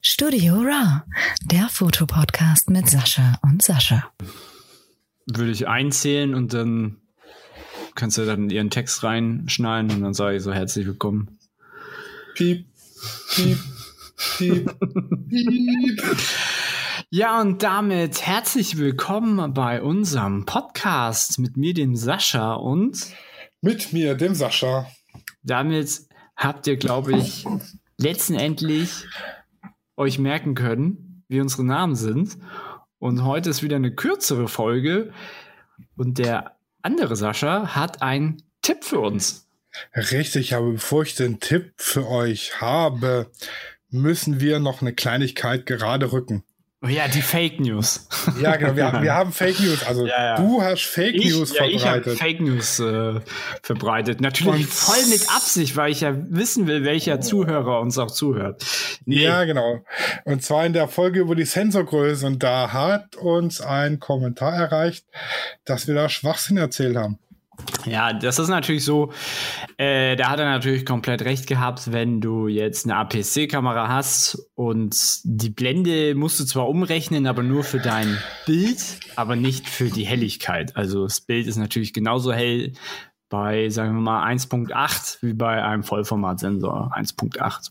Studio Raw, der Fotopodcast mit Sascha und Sascha. Würde ich einzählen und dann kannst du dann ihren Text reinschneiden und dann sage ich so herzlich willkommen. Piep, piep, piep, piep. Ja, und damit herzlich willkommen bei unserem Podcast mit mir, dem Sascha, und mit mir, dem Sascha. Damit habt ihr, glaube ich, letztendlich euch merken können, wie unsere Namen sind. Und heute ist wieder eine kürzere Folge. Und der andere Sascha hat einen Tipp für uns. Richtig, aber bevor ich den Tipp für euch habe, müssen wir noch eine Kleinigkeit gerade rücken. Oh ja, die Fake News. Ja, genau, wir haben Fake News. Also ja. Du hast Fake News verbreitet. Ich habe Fake News verbreitet. Natürlich voll mit Absicht, weil ich ja wissen will, welcher Zuhörer uns auch zuhört. Nee. Ja, genau. Und zwar in der Folge über die Sensorgröße. Und da hat uns ein Kommentar erreicht, dass wir da Schwachsinn erzählt haben. Ja, das ist natürlich so, da hat er natürlich komplett recht gehabt, wenn du jetzt eine APS-C-Kamera hast und die Blende musst du zwar umrechnen, aber nur für dein Bild, aber nicht für die Helligkeit. Also das Bild ist natürlich genauso hell bei, sagen wir mal, 1.8 wie bei einem Vollformatsensor 1.8.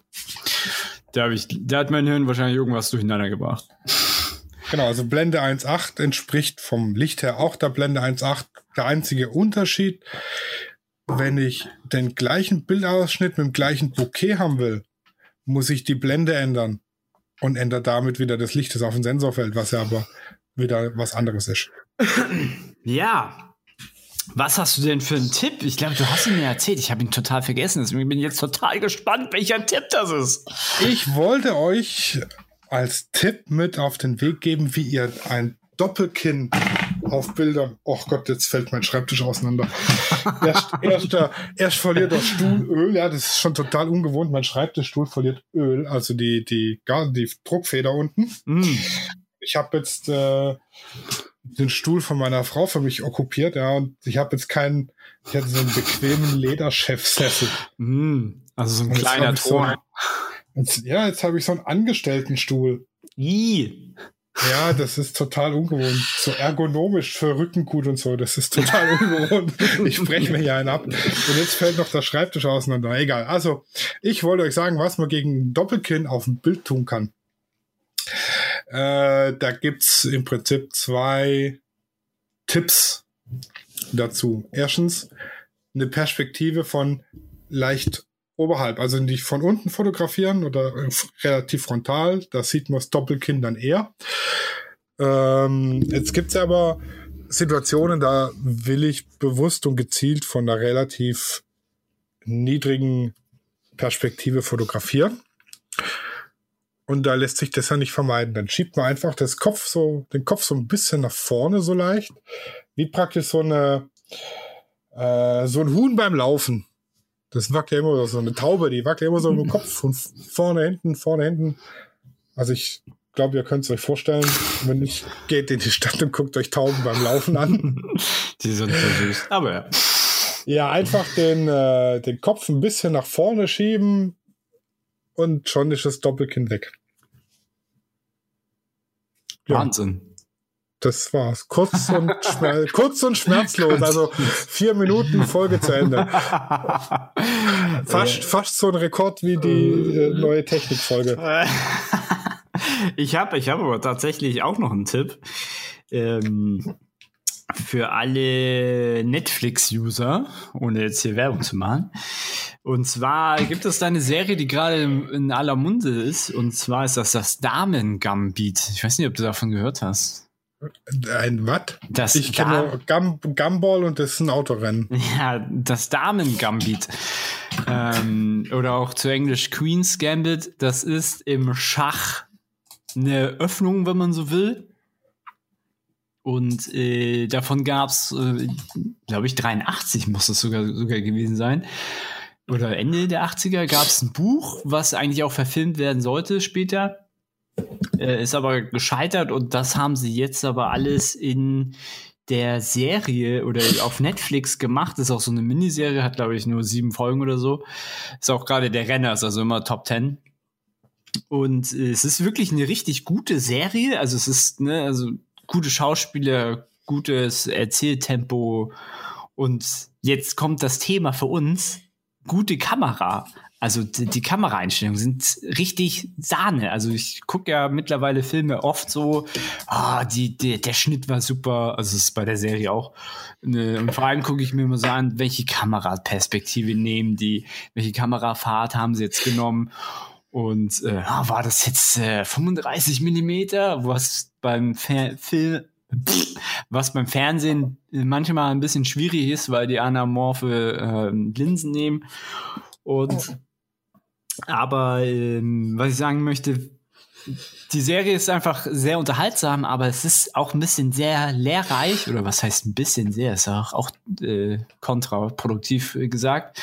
Da hat mein Hirn wahrscheinlich irgendwas durcheinander gebracht. Genau, also Blende 1.8 entspricht vom Licht her auch der Blende 1.8. Der einzige Unterschied, wenn ich den gleichen Bildausschnitt mit dem gleichen Bokeh haben will, muss ich die Blende ändern und ändere damit wieder das Licht, das auf dem Sensor fällt, was ja aber wieder was anderes ist. Ja, was hast du denn für einen Tipp? Ich glaube, du hast ihn mir erzählt. Ich habe ihn total vergessen. Deswegen bin ich jetzt total gespannt, welcher Tipp das ist. Ich wollte euch als Tipp mit auf den Weg geben, wie ihr ein Doppelkinn auf Bildern. Oh Gott, jetzt fällt mein Schreibtisch auseinander. Erst verliert der Stuhl Öl. Ja, das ist schon total ungewohnt. Mein Schreibtischstuhl verliert Öl, also die Druckfeder unten. Ich habe jetzt den Stuhl von meiner Frau für mich okkupiert, ja, und ich hatte so einen bequemen Lederchefsessel. Also so ein kleiner Thron. Jetzt habe ich so einen Angestelltenstuhl. Ja, das ist total ungewohnt. So ergonomisch für Rückengut und so. Das ist total ungewohnt. Ich breche mir hier einen ab. Und jetzt fällt noch der Schreibtisch auseinander. Egal. Also, ich wollte euch sagen, was man gegen Doppelkinn auf dem Bild tun kann. Da gibt's im Prinzip 2 Tipps dazu. Erstens, eine Perspektive von leicht oberhalb, also nicht von unten fotografieren oder relativ frontal, da sieht man das Doppelkinn dann eher. Jetzt gibt es aber Situationen, da will ich bewusst und gezielt von einer relativ niedrigen Perspektive fotografieren. Und da lässt sich das ja nicht vermeiden. Dann schiebt man einfach den Kopf so ein bisschen nach vorne so leicht, wie praktisch so ein Huhn beim Laufen. Das wackelt ja immer so, eine Taube, die wackelt immer so im Kopf von vorne, hinten. Also ich glaube, ihr könnt es euch vorstellen, wenn nicht, geht in die Stadt und guckt euch Tauben beim Laufen an. Die sind so süß, aber ja. Ja, einfach den Kopf ein bisschen nach vorne schieben und schon ist das Doppelkinn weg. Ja. Wahnsinn. Das war's. Kurz und schmerzlos. Also 4 Minuten Folge zu Ende. Fast so ein Rekord wie die neue Technikfolge. Ich hab aber tatsächlich auch noch einen Tipp. Für alle Netflix-User, ohne jetzt hier Werbung zu machen. Und zwar gibt es da eine Serie, die gerade in aller Munde ist. Und zwar ist das Damen-Gambit. Ich weiß nicht, ob du davon gehört hast. Ein was? Ich kenne Gumball und das ist ein Autorennen. Ja, das Damen-Gambit. Oder auch zu Englisch Queen's Gambit. Das ist im Schach eine Öffnung, wenn man so will. Und davon gab es, glaube ich, 83 muss es sogar gewesen sein. Oder Ende der 80er gab es ein Buch, was eigentlich auch verfilmt werden sollte später. Ist aber gescheitert und das haben sie jetzt aber alles in der Serie oder auf Netflix gemacht. Ist auch so eine Miniserie, hat glaube ich nur 7 Folgen oder so. Ist auch gerade der Renner, ist also immer Top 10. Und es ist wirklich eine richtig gute Serie. Also es ist, ne, also gute Schauspieler, gutes Erzähltempo. Und jetzt kommt das Thema für uns: gute Kamera. Also die Kameraeinstellungen sind richtig Sahne. Also ich gucke ja mittlerweile Filme oft so, der Schnitt war super. Also es ist bei der Serie auch. Und vor allem gucke ich mir immer so an, welche Kameraperspektive nehmen die, welche Kamerafahrt haben sie jetzt genommen. Und war das jetzt 35 Millimeter, was beim Fernsehen manchmal ein bisschen schwierig ist, weil die anamorphe Linsen nehmen. Aber was ich sagen möchte, die Serie ist einfach sehr unterhaltsam, aber es ist auch ein bisschen sehr lehrreich, oder was heißt ein bisschen sehr, ist auch kontraproduktiv gesagt.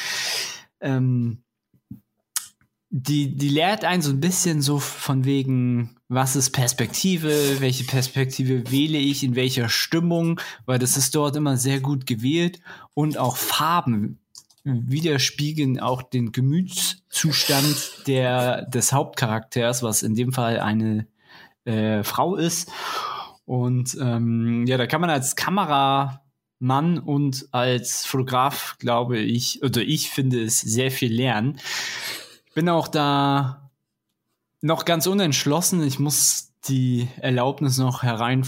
Die lehrt einen so ein bisschen so von wegen, was ist Perspektive, welche Perspektive wähle ich, in welcher Stimmung, weil das ist dort immer sehr gut gewählt, und auch Farben widerspiegeln auch den Gemütszustand des Hauptcharakters, was in dem Fall eine Frau ist. Und da kann man als Kameramann und als Fotograf, glaube ich, oder ich finde es, sehr viel lernen. Ich bin auch da noch ganz unentschlossen. Ich muss die Erlaubnis noch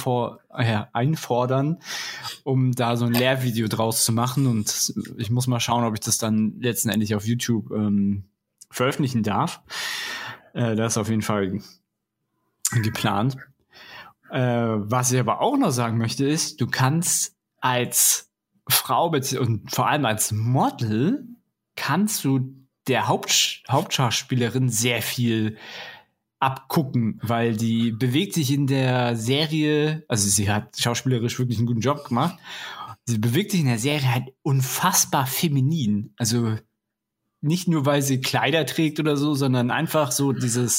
einfordern, um da so ein Lehrvideo draus zu machen. Und ich muss mal schauen, ob ich das dann letztendlich auf YouTube veröffentlichen darf. Das ist auf jeden Fall geplant. Was ich aber auch noch sagen möchte, ist, du kannst als Frau und vor allem als Model kannst du der Hauptschauspielerin sehr viel abgucken, weil die bewegt sich in der Serie, also sie hat schauspielerisch wirklich einen guten Job gemacht, sie bewegt sich in der Serie halt unfassbar feminin. Also nicht nur, weil sie Kleider trägt oder so, sondern einfach so diese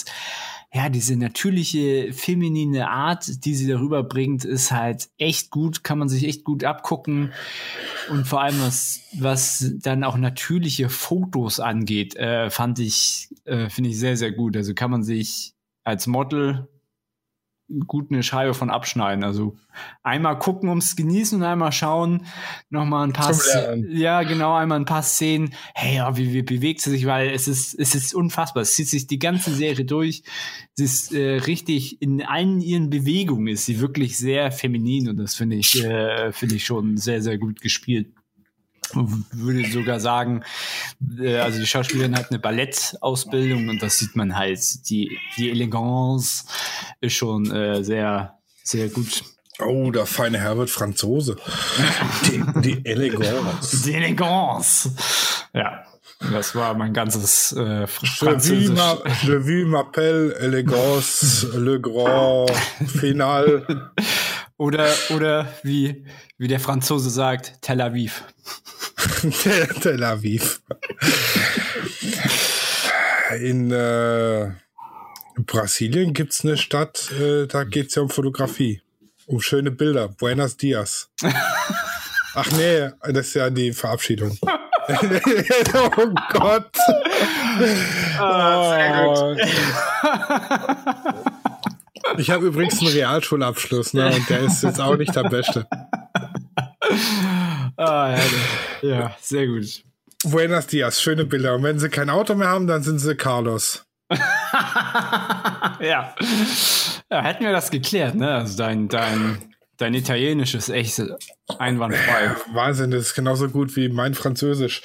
natürliche, feminine Art, die sie darüber bringt, ist halt echt gut, kann man sich echt gut abgucken. Und vor allem, was dann auch natürliche Fotos angeht, finde ich sehr, sehr gut. Also kann man sich als Model gut eine Scheibe von abschneiden. Also einmal gucken, ums Genießen, und einmal schauen, nochmal ein paar einmal ein paar Szenen. Hey, wie bewegt sie sich, weil es ist unfassbar. Es zieht sich die ganze Serie durch. Sie ist richtig, in allen ihren Bewegungen ist sie wirklich sehr feminin, und das finde ich schon sehr, sehr gut gespielt. Würde sogar sagen, also die Schauspielerin hat eine Ballettausbildung, und das sieht man halt, die Elegance ist schon sehr, sehr gut. Oh, der feine Herr wird Franzose. Die Elegance. Die Elegance. Ja, das war mein ganzes Französisch. Je m'appelle Elegance, le grand final. Oder wie der Franzose sagt, Tel Aviv. Tel Aviv. In Brasilien gibt's eine Stadt, da geht's ja um Fotografie. Um schöne Bilder. Buenos Dias. Ach nee, das ist ja die Verabschiedung. Oh Gott. Sehr gut. Ich habe übrigens einen Realschulabschluss, ne? Und der ist jetzt auch nicht der Beste. Ja, sehr gut. Buenos Dias, schöne Bilder. Und wenn sie kein Auto mehr haben, dann sind sie Carlos. Ja, hätten wir das geklärt, ne? Also dein Italienisch ist echt einwandfrei. Wahnsinn, das ist genauso gut wie mein Französisch.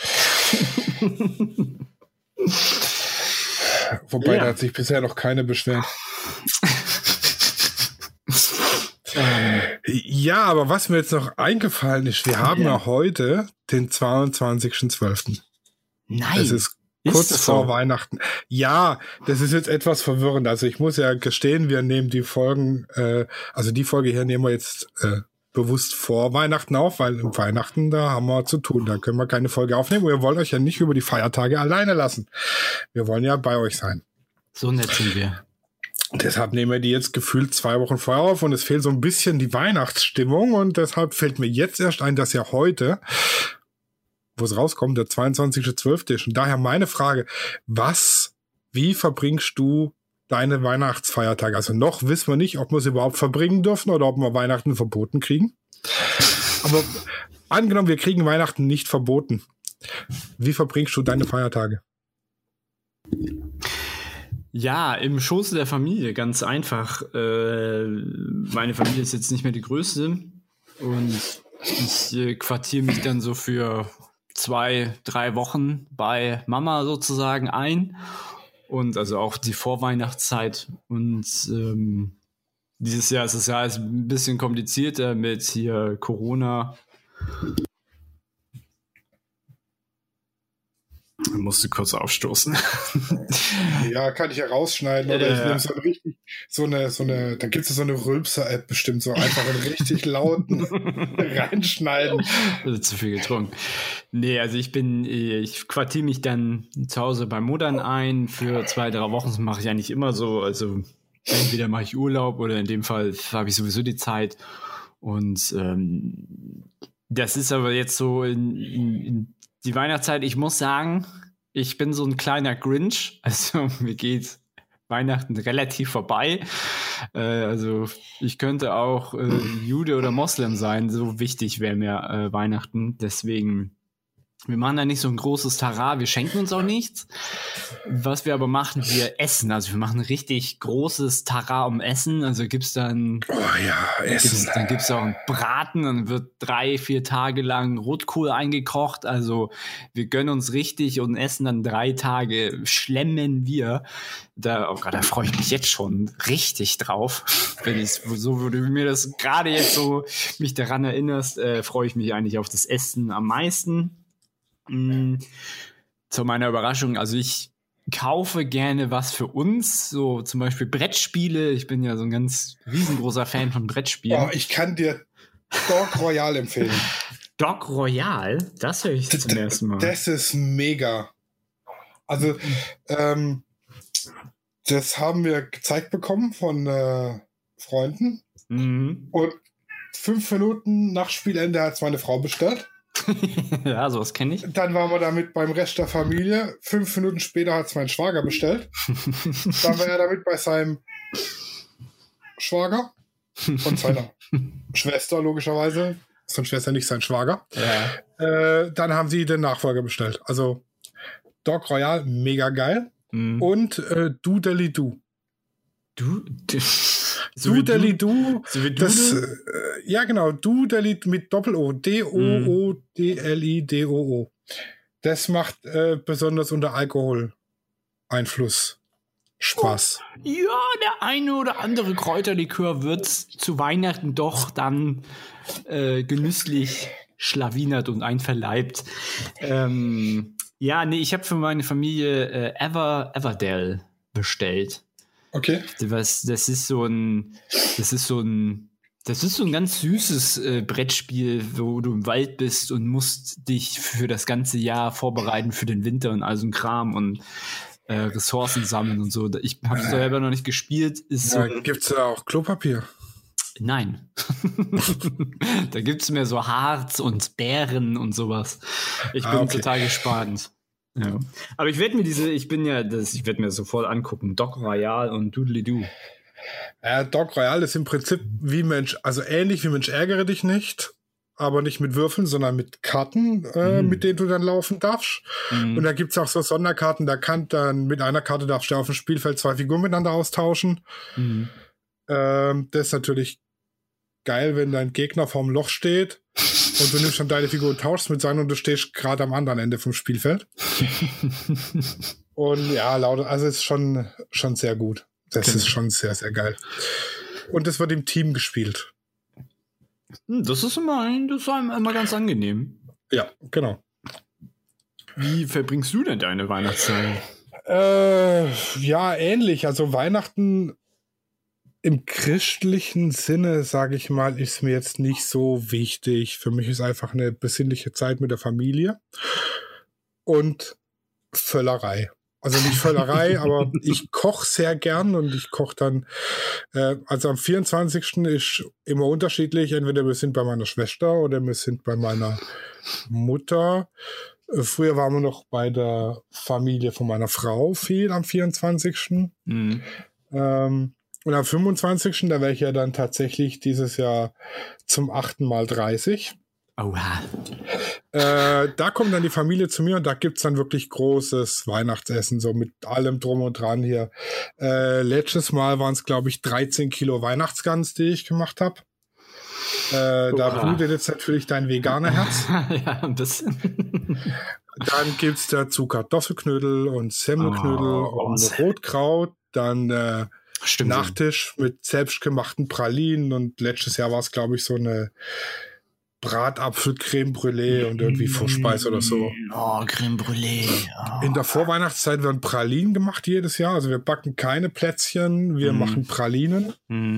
Wobei, da hat sich bisher noch keine beschwert. Ja, aber was mir jetzt noch eingefallen ist, wir haben ja heute den 22.12. Nein. Es ist kurz vor Weihnachten. Ja, das ist jetzt etwas verwirrend. Also ich muss ja gestehen, wir nehmen die Folgen, also die Folge hier nehmen wir jetzt bewusst vor Weihnachten auf, weil im Weihnachten, da haben wir zu tun. Da können wir keine Folge aufnehmen. Wir wollen euch ja nicht über die Feiertage alleine lassen. Wir wollen ja bei euch sein. So nett sind wir. Deshalb nehmen wir die jetzt gefühlt 2 Wochen vorher auf, und es fehlt so ein bisschen die Weihnachtsstimmung, und deshalb fällt mir jetzt erst ein, dass ja heute, wo es rauskommt, der 22.12. ist. Und daher meine Frage, wie verbringst du deine Weihnachtsfeiertage? Also noch wissen wir nicht, ob wir es überhaupt verbringen dürfen oder ob wir Weihnachten verboten kriegen. Aber angenommen, wir kriegen Weihnachten nicht verboten. Wie verbringst du deine Feiertage? Ja, im Schoße der Familie, ganz einfach. Meine Familie ist jetzt nicht mehr die größte und ich quartiere mich dann so für 2-3 Wochen bei Mama sozusagen ein und also auch die Vorweihnachtszeit und dieses Jahr ist es ja alles ein bisschen komplizierter mit hier Corona. Ich musste kurz aufstoßen. Ja, kann ich ja rausschneiden. Oder ich nehme so eine richtig, da gibt es so eine Rülpser-App bestimmt, so einfach einen richtig lauten reinschneiden. Also zu viel getrunken. Nee, also ich quartiere mich dann zu Hause bei Muttern ein für 2-3 Wochen. Das mache ich eigentlich immer so. Also entweder mache ich Urlaub oder in dem Fall habe ich sowieso die Zeit. Und das ist aber jetzt so in die Weihnachtszeit, ich muss sagen, ich bin so ein kleiner Grinch. Also mir geht Weihnachten relativ vorbei. Also ich könnte auch Jude oder Moslem sein. So wichtig wäre mir Weihnachten. Deswegen, wir machen da nicht so ein großes Tara. Wir schenken uns auch nichts. Was wir aber machen, wir essen. Also wir machen richtig großes Tara um Essen. Also gibt's dann Essen. Dann gibt's auch einen Braten, dann wird 3-4 Tage lang Rotkohl eingekocht. Also wir gönnen uns richtig und essen dann 3 Tage, schlemmen wir. Da freue ich mich jetzt schon richtig drauf. Wenn ich so würde mir das gerade jetzt so mich daran erinnerst, freue ich mich eigentlich auf das Essen am meisten. Zu meiner Überraschung, also ich kaufe gerne was für uns, so zum Beispiel Brettspiele. Ich bin ja so ein ganz riesengroßer Fan von Brettspielen. Oh, ich kann dir Dog Royal empfehlen. Dog Royal? Das höre ich zum ersten Mal. Das ist mega. Also, das haben wir gezeigt bekommen von Freunden. Mhm. Und 5 Minuten nach Spielende hat es meine Frau bestellt. Ja, sowas kenne ich. Dann waren wir damit beim Rest der Familie. 5 Minuten später hat es mein Schwager bestellt. Dann war er damit bei seinem Schwager und seiner Schwester, logischerweise. Seine Schwester, nicht sein Schwager. Ja. Dann haben sie den Nachfolger bestellt. Also Dog Royal, mega geil. Mhm. Und Doodly-Doo. Doodly-Doo? So wie das, ja genau, Doodly mit Doppel-O. D-O-O-D-L-I-D-O-O. Das macht besonders unter Alkoholeinfluss Spaß. Ja, der eine oder andere Kräuterlikör wird zu Weihnachten doch dann genüsslich schlawinert und einverleibt. Ja, nee, ich habe für meine Familie Everdell bestellt. Okay. Das ist so ein ganz süßes Brettspiel, wo du im Wald bist und musst dich für das ganze Jahr vorbereiten für den Winter und all so ein Kram und Ressourcen sammeln und so. Ich habe es selber noch nicht gespielt. Ist Ja, so, gibt's da auch Klopapier? Nein. Da gibt's mehr so Harz und Beeren und sowas. Ich bin total gespannt. Ja. Aber ich werde mir sofort angucken. Dog Royal und Doodly-Doo. Dog Royal ist im Prinzip wie Mensch, also ähnlich wie Mensch ärgere dich nicht, aber nicht mit Würfeln, sondern mit Karten, mit denen du dann laufen darfst. Und da gibt's auch so Sonderkarten, mit einer Karte darfst du auf dem Spielfeld 2 Figuren miteinander austauschen. Das ist natürlich geil, wenn dein Gegner vorm Loch steht und du nimmst dann deine Figur und tauschst mit seinen und du stehst gerade am anderen Ende vom Spielfeld. Und ja, also es ist schon sehr gut. Das ist schon sehr, sehr geil. Und es wird im Team gespielt. Das ist immer ganz angenehm. Ja, genau. Wie verbringst du denn deine Weihnachtszeit? Ja, ähnlich. Also Weihnachten im christlichen Sinne, sage ich mal, ist mir jetzt nicht so wichtig. Für mich ist einfach eine besinnliche Zeit mit der Familie und Völlerei. Also nicht Völlerei, aber ich koche sehr gern und ich koche dann, also am 24. ist immer unterschiedlich. Entweder wir sind bei meiner Schwester oder wir sind bei meiner Mutter. Früher waren wir noch bei der Familie von meiner Frau viel am 24. Und am 25. da wäre ich ja dann tatsächlich dieses Jahr zum 8. Mal 30. Oha. Da kommt dann die Familie zu mir und da gibt's dann wirklich großes Weihnachtsessen, so mit allem drum und dran hier. Letztes Mal waren es, glaube ich, 13 Kilo Weihnachtsgans, die ich gemacht habe. Da blutet jetzt natürlich dein veganer Herz. Ja, ein bisschen. Dann gibt's dazu Kartoffelknödel und Semmelknödel und Rotkraut. Dann Stimmt. Nachtisch mit selbstgemachten Pralinen und letztes Jahr war es, glaube ich, so eine Bratapfel-Creme Brûlée und irgendwie Vorspeise oder so. Oh, Creme Brûlée. Oh. In der Vorweihnachtszeit werden Pralinen gemacht jedes Jahr. Also wir backen keine Plätzchen, wir machen Pralinen.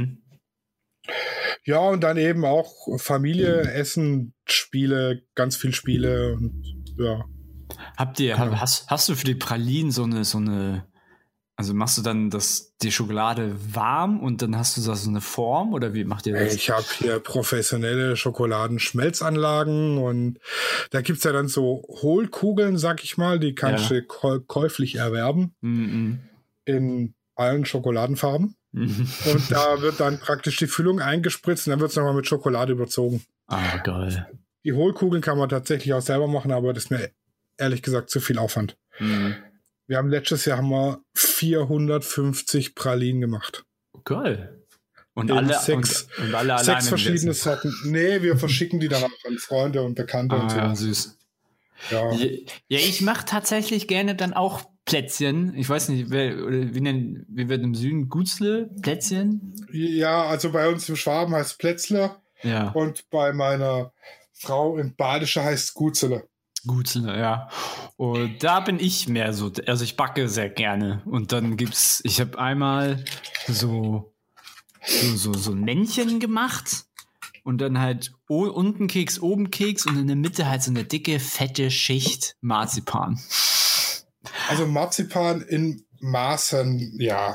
Ja, und dann eben auch Familie, Essen, Spiele, ganz viel Spiele und ja. Hast du für die Pralinen so eine, also machst du dann die Schokolade warm und dann hast du da so eine Form oder wie macht ihr das? Ich habe hier professionelle Schokoladenschmelzanlagen und da gibt's ja dann so Hohlkugeln, sag ich mal, die kannst du käuflich erwerben in allen Schokoladenfarben. Und da wird dann praktisch die Füllung eingespritzt und dann wird es nochmal mit Schokolade überzogen. Ah, geil. Die Hohlkugeln kann man tatsächlich auch selber machen, aber das ist mir ehrlich gesagt zu viel Aufwand. Wir haben letztes Jahr 450 Pralinen gemacht. Geil. Und alle sechs alleine verschiedene Sorten. Nee, wir verschicken die dann auch an Freunde und Bekannte und so. Ja, süß. Ja, ich mache tatsächlich gerne dann auch Plätzchen. Ich weiß nicht, wie wird im Süden Gutzle? Plätzchen? Ja, also bei uns im Schwaben heißt es Plätzle. Ja. Und bei meiner Frau im Badische heißt es Gutzele. Gutzle, ja. Und da bin ich mehr so, also ich backe sehr gerne. Und dann ich habe einmal so ein Männchen gemacht und dann halt unten Keks, oben Keks und in der Mitte halt so eine dicke, fette Schicht Marzipan. Also Marzipan in Maßen, ja.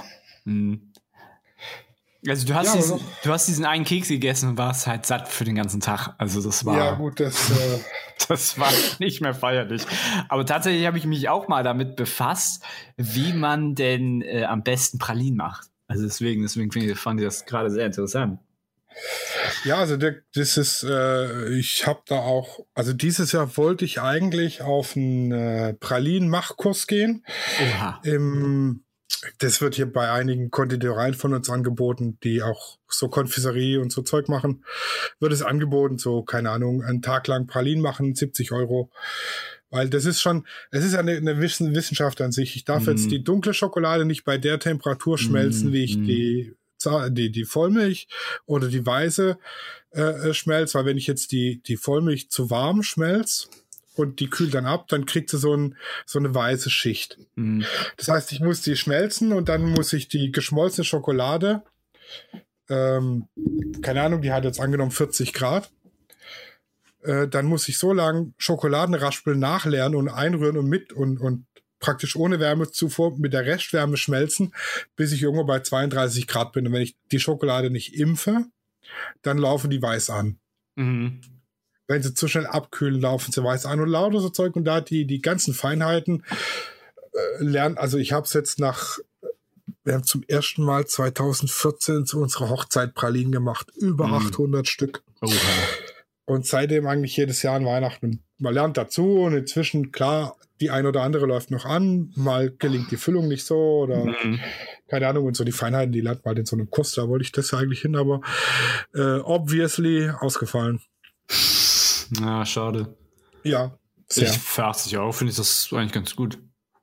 Also du hast diesen einen Keks gegessen und warst halt satt für den ganzen Tag. Also das war... Ja gut, das war nicht mehr feierlich. Aber tatsächlich habe ich mich auch mal damit befasst, wie man denn am besten Pralinen macht. Also deswegen fand ich das gerade sehr interessant. Ja, also das ist, ich habe da auch, also dieses Jahr wollte ich eigentlich auf einen Pralinen-Machkurs gehen. Oha. Das wird hier bei einigen Konditoreien von uns angeboten, die auch so Konfiserie und so Zeug machen. Wird es angeboten, so, keine Ahnung, einen Tag lang Pralinen machen, 70 €. Weil es ist ja eine Wissenschaft an sich. Ich darf jetzt die dunkle Schokolade nicht bei der Temperatur schmelzen, wie ich die Vollmilch oder die weiße schmelze, weil wenn ich jetzt die Vollmilch zu warm schmelze und die kühlt dann ab, dann kriegt sie so eine weiße Schicht. Das heißt, ich muss die schmelzen und dann muss ich die geschmolzene Schokolade, keine Ahnung, die hat jetzt angenommen 40 Grad, dann muss ich so lange Schokoladenraspeln nachleeren und einrühren und praktisch ohne Wärmezufuhr mit der Restwärme schmelzen, bis ich irgendwo bei 32 Grad bin. Und wenn ich die Schokolade nicht impfe, dann laufen die weiß an. Wenn sie zu schnell abkühlen, laufen sie weiß an und lauter so Zeug. Und da die ganzen Feinheiten lernen. Also ich habe es jetzt wir haben zum ersten Mal 2014 zu unserer Hochzeit Pralinen gemacht. Über 800 Stück. Oha. Und seitdem eigentlich jedes Jahr an Weihnachten. Man lernt dazu und inzwischen, klar, die ein oder andere läuft noch an. Mal gelingt die Füllung nicht so oder keine Ahnung. Und so die Feinheiten, die lernt man halt in so einem Kurs. Da wollte ich das eigentlich hin, aber obviously ausgefallen. Ja, schade. Ja, sehr. Für 80 € finde ich das eigentlich ganz gut.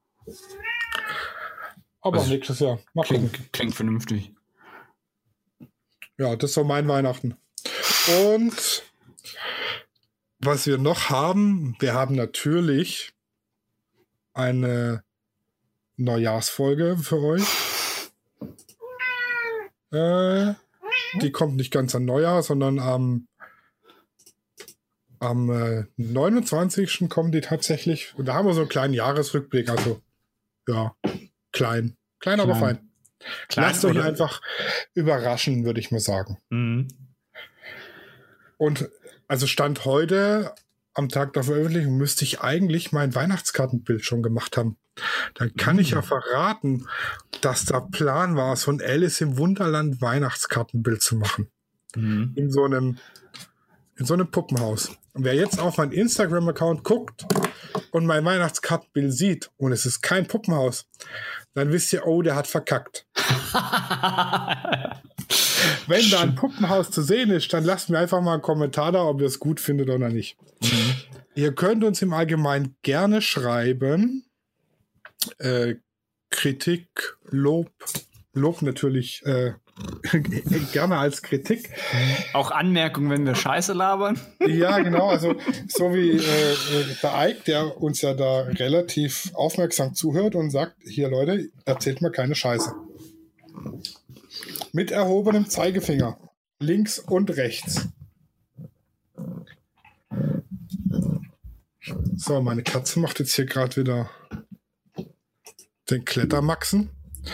Aber also, nächstes Jahr. Klingt vernünftig. Ja, das ist so mein Weihnachten. Und was wir noch haben, wir haben natürlich eine Neujahrsfolge für euch. Die kommt nicht ganz an Neujahr, sondern am 29. kommen die tatsächlich. Und da haben wir so einen kleinen Jahresrückblick. Also, ja, klein, aber fein. Lasst euch einfach überraschen, würde ich mal sagen. Und also Stand heute, am Tag der Veröffentlichung, müsste ich eigentlich mein Weihnachtskartenbild schon gemacht haben. dann kann ich ja verraten, dass der Plan war, so ein Alice im Wunderland Weihnachtskartenbild zu machen. In so einem Puppenhaus. Und wer jetzt auf meinen Instagram-Account guckt und mein Weihnachtskartenbild sieht und es ist kein Puppenhaus, dann wisst ihr, oh, der hat verkackt. Wenn da ein Puppenhaus zu sehen ist, dann lasst mir einfach mal einen Kommentar da, ob ihr es gut findet oder nicht. Ihr könnt uns im Allgemeinen gerne schreiben. Kritik, Lob natürlich gerne als Kritik. Auch Anmerkungen, wenn wir Scheiße labern. Ja, genau. Also so wie der Ike, der uns ja da relativ aufmerksam zuhört und sagt, hier Leute, erzählt mal keine Scheiße. Mit erhobenem Zeigefinger. Links und rechts. So, meine Katze macht jetzt hier gerade wieder den Klettermaxen.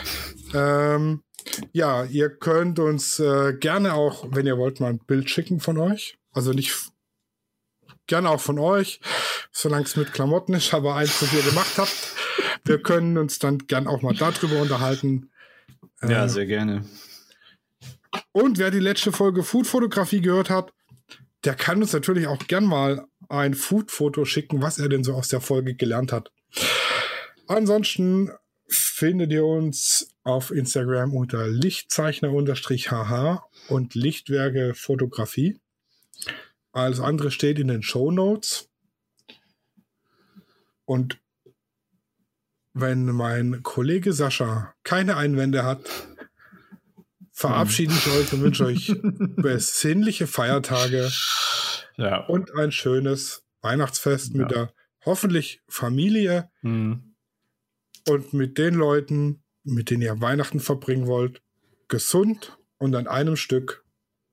Ja, ihr könnt uns gerne auch, wenn ihr wollt, mal ein Bild schicken von euch. Also nicht gerne auch von euch, solange es mit Klamotten ist, aber eins, was ihr gemacht habt. Wir können uns dann gern auch mal darüber unterhalten. Ja, sehr gerne. Und wer die letzte Folge Food-Fotografie gehört hat, der kann uns natürlich auch gern mal ein Food-Foto schicken, was er denn so aus der Folge gelernt hat. Ansonsten findet ihr uns auf Instagram unter Lichtzeichner_hh und Lichtwerke Fotografie. Alles andere steht in den Shownotes. Und wenn mein Kollege Sascha keine Einwände hat, verabschiede ich euch und wünsche euch besinnliche Feiertage und ein schönes Weihnachtsfest mit der hoffentlich Familie und mit den Leuten, mit denen ihr Weihnachten verbringen wollt, gesund und an einem Stück.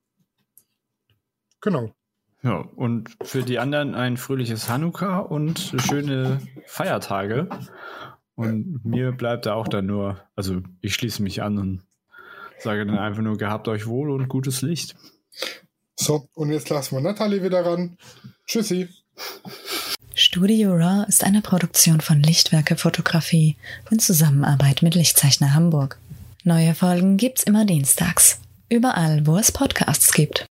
Genau. Ja, und für die anderen ein fröhliches Hanukkah und schöne Feiertage. Und mir bleibt da auch dann nur, also ich schließe mich an und sage dann einfach nur, gehabt euch wohl und gutes Licht. So, und jetzt lassen wir Natalie wieder ran. Tschüssi. Studio Raw ist eine Produktion von Lichtwerke Fotografie in Zusammenarbeit mit Lichtzeichner Hamburg. Neue Folgen gibt's immer dienstags. Überall, wo es Podcasts gibt.